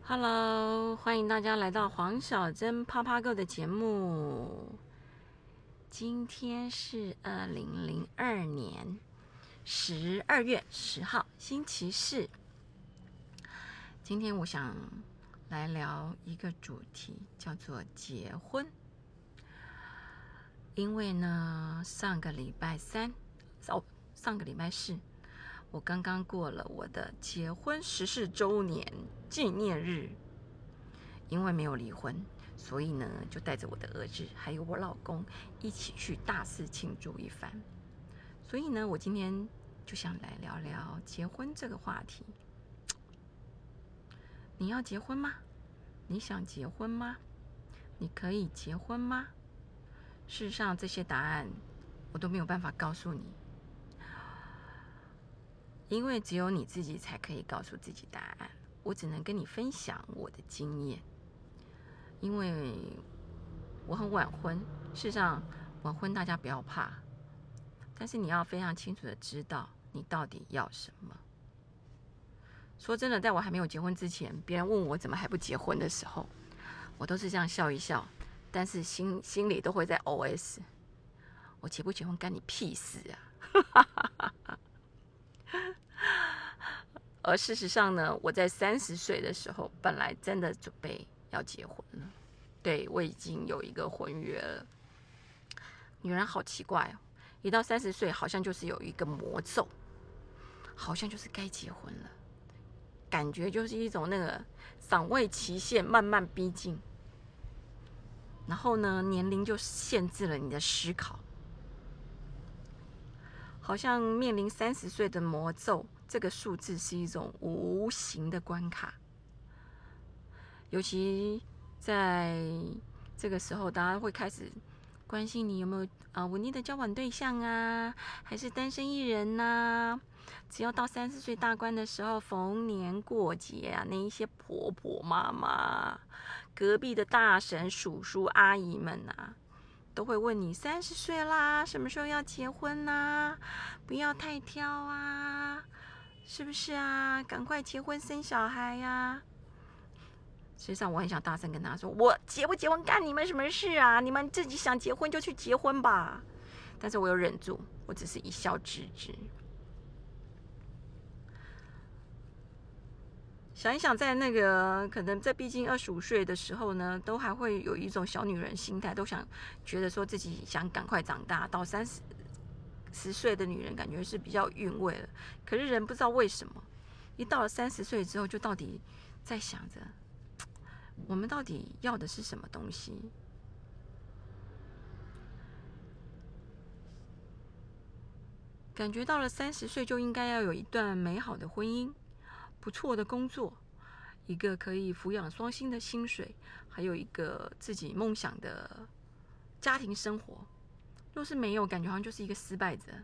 Hello，欢迎大家来到黄小珍啪啪购的节目。今天是2002年12月10号，星期四。今天我想来聊一个主题，叫做结婚。因为呢，上个礼拜四，我刚刚过了我的结婚14周年纪念日。因为没有离婚，所以呢，就带着我的儿子还有我老公一起去大肆庆祝一番。所以呢，我今天就想来聊聊结婚这个话题。你要结婚吗？你想结婚吗？你可以结婚吗？事实上，这些答案我都没有办法告诉你，因为只有你自己才可以告诉自己答案。我只能跟你分享我的经验。因为我很晚婚，事实上晚婚大家不要怕，但是你要非常清楚的知道你到底要什么。说真的，在我还没有结婚之前，别人问我怎么还不结婚的时候，我都是这样笑一笑，但是心里都会在 OS： 我结不结婚干你屁事啊！而事实上呢，我在30岁的时候，本来真的准备要结婚了。对，我已经有一个婚约了。女人好奇怪哦，一到30岁，好像就是有一个魔咒，好像就是该结婚了，感觉就是一种那个赏味期限慢慢逼近，然后呢，年龄就限制了你的思考，好像面临30岁的魔咒，这个数字是一种无形的关卡。尤其在这个时候，大家会开始关心你有没有稳定的交往对象啊，还是单身一人啊。只要到30岁大关的时候，逢年过节啊，那一些婆婆妈妈、隔壁的大婶、叔叔、阿姨们啊，都会问你30岁啦，什么时候要结婚啊？不要太挑啊，是不是啊？赶快结婚生小孩呀！实际上，我很想大声跟他说：“我结不结婚干你们什么事啊？你们自己想结婚就去结婚吧。”但是我有忍住，我只是一笑置之。想一想，在那个可能在毕竟25岁的时候呢，都还会有一种小女人心态，都想觉得说自己想赶快长大。到30岁的女人，感觉是比较韵味了。可是人不知道为什么，一到了30岁之后，就到底在想着，我们到底要的是什么东西？感觉到了30岁就应该要有一段美好的婚姻，不错的工作，一个可以抚养双薪的薪水，还有一个自己梦想的家庭生活。若是没有，感觉好像就是一个失败者，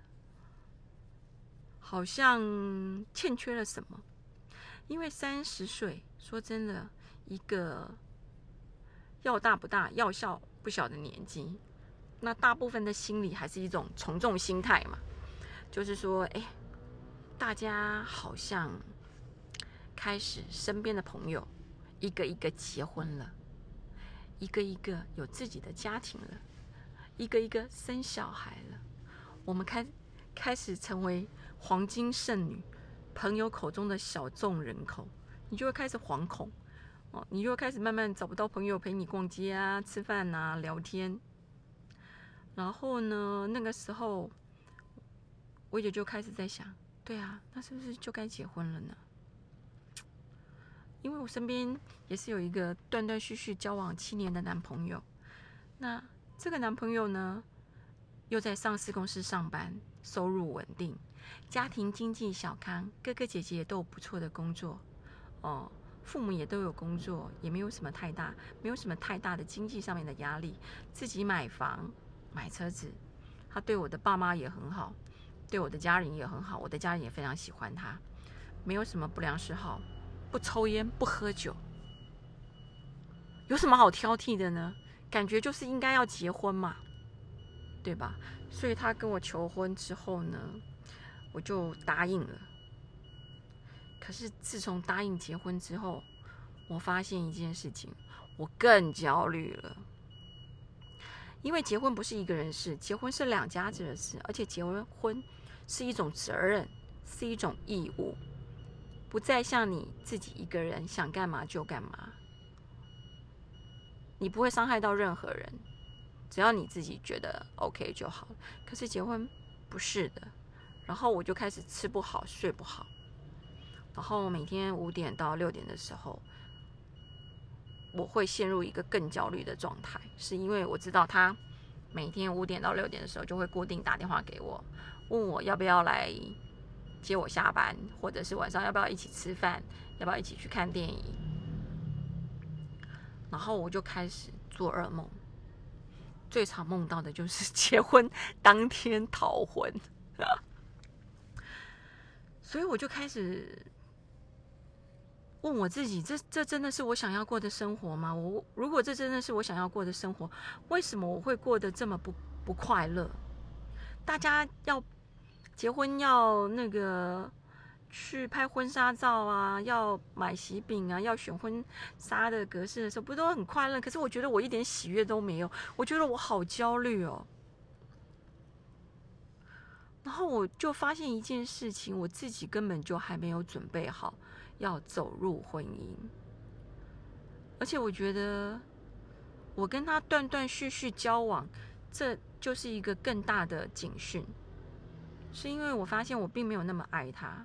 好像欠缺了什么。因为30岁，说真的，一个要大不大，要小不小的年纪，那大部分的心理还是一种从众心态嘛，就是说，大家好像开始身边的朋友一个一个结婚了，一个一个有自己的家庭了，一个一个生小孩了，我们开始成为黄金剩女，朋友口中的小众人口，你就会开始惶恐哦，你就会开始慢慢找不到朋友陪你逛街啊、吃饭啊、聊天。然后呢，那个时候我也就开始在想，对啊，那是不是就该结婚了呢？因为我身边也是有一个断断续续交往7年的男朋友，那这个男朋友呢，又在上市公司上班，收入稳定，家庭经济小康，哥哥姐姐也都有不错的工作，父母也都有工作，也没有什么太大的经济上面的压力，自己买房买车子，他对我的爸妈也很好，对我的家人也很好，我的家人也非常喜欢他，没有什么不良嗜好，不抽烟不喝酒，有什么好挑剔的呢？感觉就是应该要结婚嘛，对吧？所以他跟我求婚之后呢，我就答应了。可是自从答应结婚之后， 我发现一件事情，我更焦虑了。因为结婚不是一个人的事，结婚是两家子的事，而且结婚是一种责任，是一种义务，不再像你自己一个人想干嘛就干嘛。你不会伤害到任何人，只要你自己觉得 OK 就好。可是结婚不是的，然后我就开始吃不好睡不好，然后每天5点到6点的时候，我会陷入一个更焦虑的状态，是因为我知道他每天5点到6点的时候就会固定打电话给我，问我要不要来接我下班，或者是晚上要不要一起吃饭，要不要一起去看电影。然后我就开始做噩梦，最常梦到的就是结婚当天逃婚。所以我就开始问我自己，这真的是我想要过的生活吗？如果这真的是我想要过的生活，为什么我会过得这么不快乐？大家要结婚要那个去拍婚纱照啊，要买喜饼啊，要选婚纱的格式的时候，不都很快乐？可是我觉得我一点喜悦都没有，我觉得我好焦虑哦。然后我就发现一件事情，我自己根本就还没有准备好要走入婚姻，而且我觉得我跟他断断续续交往，这就是一个更大的警讯，是因为我发现我并没有那么爱他。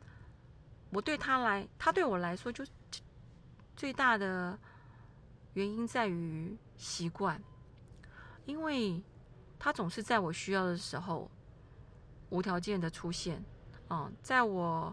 他对我来说，就最大的原因在于习惯，因为他总是在我需要的时候无条件的出现，在我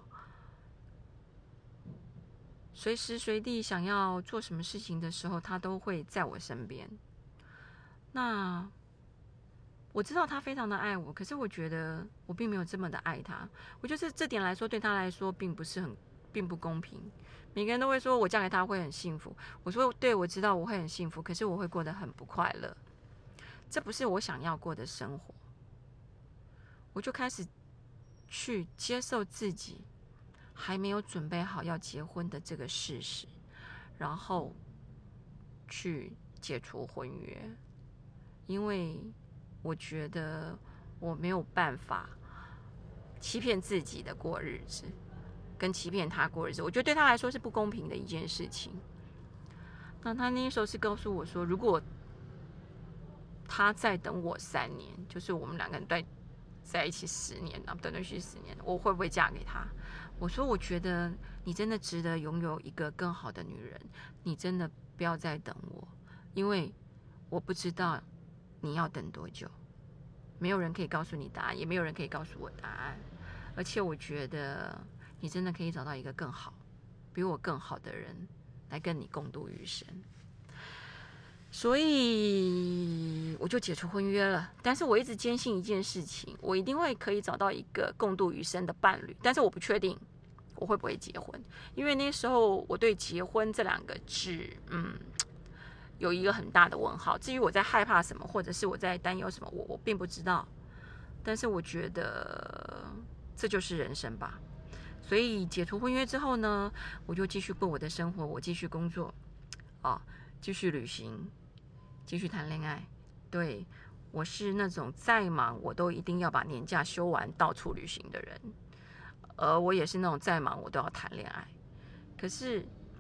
随时随地想要做什么事情的时候，他都会在我身边。那我知道他非常的爱我，可是我觉得我并没有这么的爱他。我觉得这点来说，对他来说并不公平。每个人都会说我嫁给他会很幸福，我说对，我知道我会很幸福，可是我会过得很不快乐，这不是我想要过的生活。我就开始去接受自己还没有准备好要结婚的这个事实，然后去解除婚约，因为我觉得我没有办法欺骗自己的过日子，跟欺骗他过日子，我觉得对他来说是不公平的一件事情。那他那时候是告诉我说，如果他再等我3年，就是我们2个人在一起10年，断断续续10年，我会不会嫁给他？我说，我觉得你真的值得拥有一个更好的女人，你真的不要再等我，因为我不知道你要等多久，没有人可以告诉你答案，也没有人可以告诉我答案。而且我觉得你真的可以找到一个比我更好的人来跟你共度余生。所以我就解除婚约了，但是我一直坚信一件事情，我一定会可以找到一个共度余生的伴侣，但是我不确定我会不会结婚，因为那时候我对结婚这2个字，有一个很大的问号。至于我在害怕什么，或者是我在担忧什么，我并不知道。但是我觉得这就是人生吧。所以解除婚约之后呢，我就继续过我的生活，我继续工作，继续旅行，继续谈恋爱。对，我是那种再忙我都一定要把年假休完到处旅行的人，而我也是那种再忙我都要谈恋爱。可是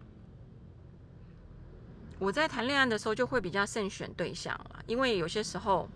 我在谈恋爱的时候就会比较慎选对象啦，因为有些时候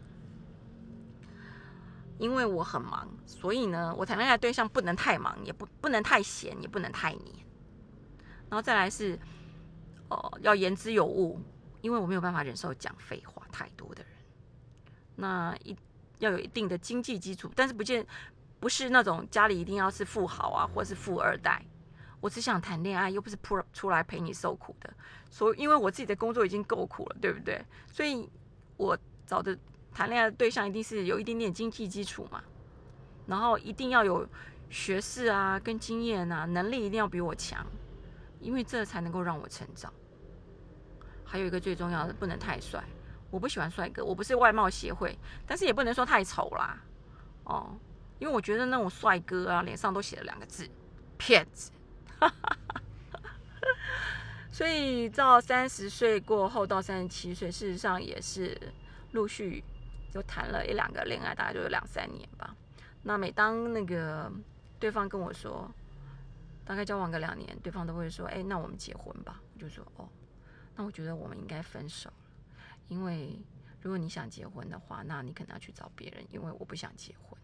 因为我很忙，所以呢我谈恋爱的对象不能太忙，也不能太闲，也不能太黏。然后再来是要言之有物，因为我没有办法忍受讲废话太多的人。那要有一定的经济基础，但是不是那种家里一定要是富豪啊，或是富二代。我只想谈恋爱，又不是出来陪你受苦的。所以因为我自己的工作已经够苦了，对不对？所以我找的谈恋爱的对象一定是有一点点经济基础嘛，然后一定要有学识啊，跟经验啊，能力一定要比我强，因为这才能够让我成长。还有一个最重要的，不能太帅。我不喜欢帅哥，我不是外貌协会，但是也不能说太丑啦，因为我觉得那种帅哥啊，脸上都写了2个字：骗子。 所以到30岁过后到37岁，事实上也是陆续就谈了1、2个恋爱，大概就有2、3年吧。那每当那个对方跟我说，大概交往个2年，对方都会说：“那我们结婚吧。”我就说：“哦，那我觉得我们应该分手了，因为如果你想结婚的话，那你可能要去找别人，因为我不想结婚。”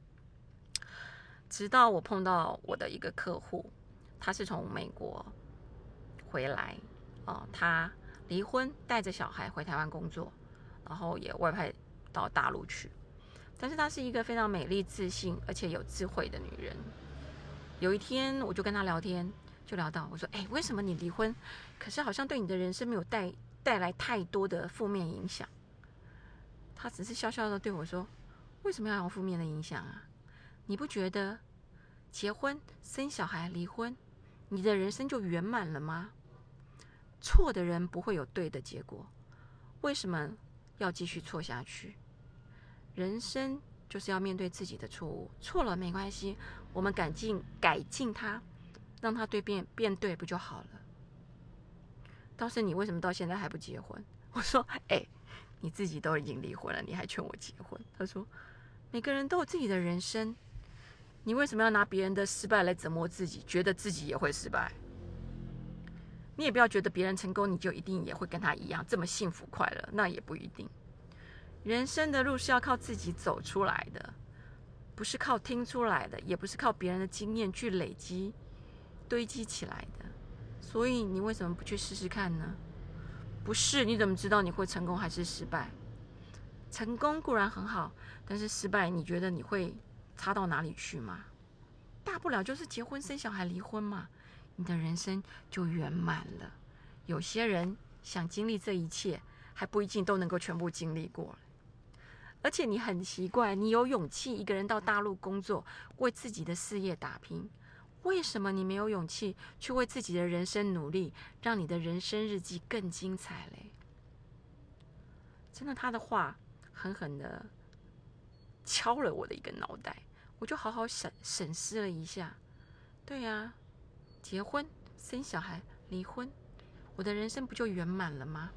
直到我碰到我的一个客户，他是从美国回来，他离婚，带着小孩回台湾工作，然后也外派到大陆去。但是她是一个非常美丽、自信而且有智慧的女人。有一天我就跟她聊天，就聊到我说：“为什么你离婚？可是好像对你的人生没有带来太多的负面影响。”她只是笑笑的对我说：“为什么要有负面的影响啊？你不觉得结婚、生小孩、离婚，你的人生就圆满了吗？错的人不会有对的结果，为什么要继续错下去？人生就是要面对自己的错误，错了没关系，我们改进它，让它变对不就好了？倒是你为什么到现在还不结婚？”我说：“你自己都已经离婚了，你还劝我结婚？”他说：“每个人都有自己的人生，你为什么要拿别人的失败来折磨自己，觉得自己也会失败？你也不要觉得别人成功，你就一定也会跟他一样这么幸福快乐，那也不一定。人生的路是要靠自己走出来的，不是靠听出来的，也不是靠别人的经验去累积堆积起来的。所以你为什么不去试试看呢？不是，你怎么知道你会成功还是失败？成功固然很好，但是失败，你觉得你会差到哪里去吗？大不了就是结婚、生小孩、离婚嘛，你的人生就圆满了。有些人想经历这一切，还不一定都能够全部经历过。而且你很奇怪，你有勇气一个人到大陆工作，为自己的事业打拼，为什么你没有勇气去为自己的人生努力，让你的人生日记更精彩嘞？真的，他的话狠狠的敲了我的一个脑袋，我就好好审视了一下。对呀，结婚、生小孩、离婚，我的人生不就圆满了吗？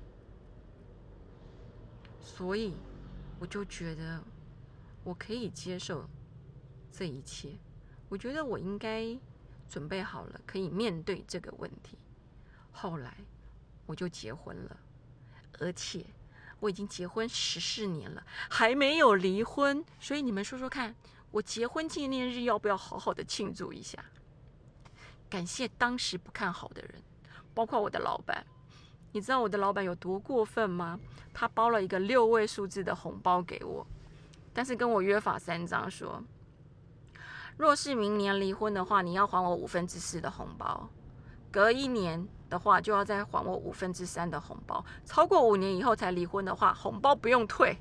所以我就觉得我可以接受这一切，我觉得我应该准备好了，可以面对这个问题。后来我就结婚了，而且我已经结婚14年了，还没有离婚。所以你们说说看，我结婚纪念日要不要好好的庆祝一下？感谢当时不看好的人，包括我的老板。你知道我的老板有多过分吗？他包了一个6位数字的红包给我，但是跟我约法3章说，若是明年离婚的话，你要还我4/5的红包，隔1年的话就要再还我3/5的红包，超过5年以后才离婚的话，红包不用退。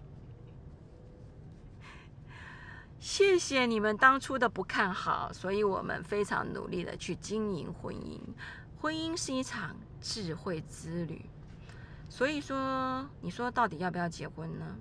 谢谢你们当初的不看好，所以我们非常努力的去经营婚姻。婚姻是一场智慧之旅，所以说，你说到底要不要结婚呢？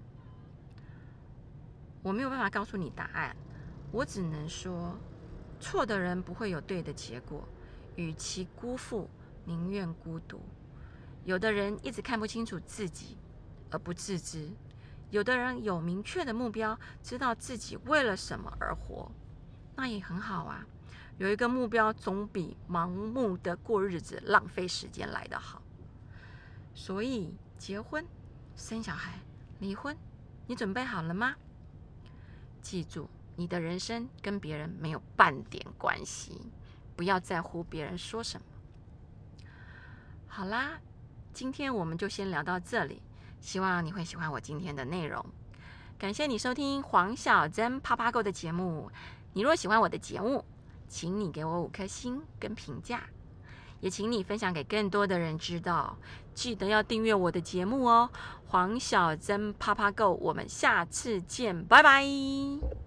我没有办法告诉你答案，我只能说，错的人不会有对的结果，与其辜负，宁愿孤独。有的人一直看不清楚自己，而不自知；有的人有明确的目标，知道自己为了什么而活，那也很好啊。有一个目标总比盲目的过日子、浪费时间来得好。所以，结婚、生小孩、离婚，你准备好了吗？记住，你的人生跟别人没有半点关系，不要在乎别人说什么。好啦，今天我们就先聊到这里，希望你会喜欢我今天的内容。感谢你收听黄小珍啪啪购的节目。你若喜欢我的节目，请你给我5颗星跟评价，也请你分享给更多的人知道。记得要订阅我的节目哦。黄小珍啪啪购，我们下次见，拜拜。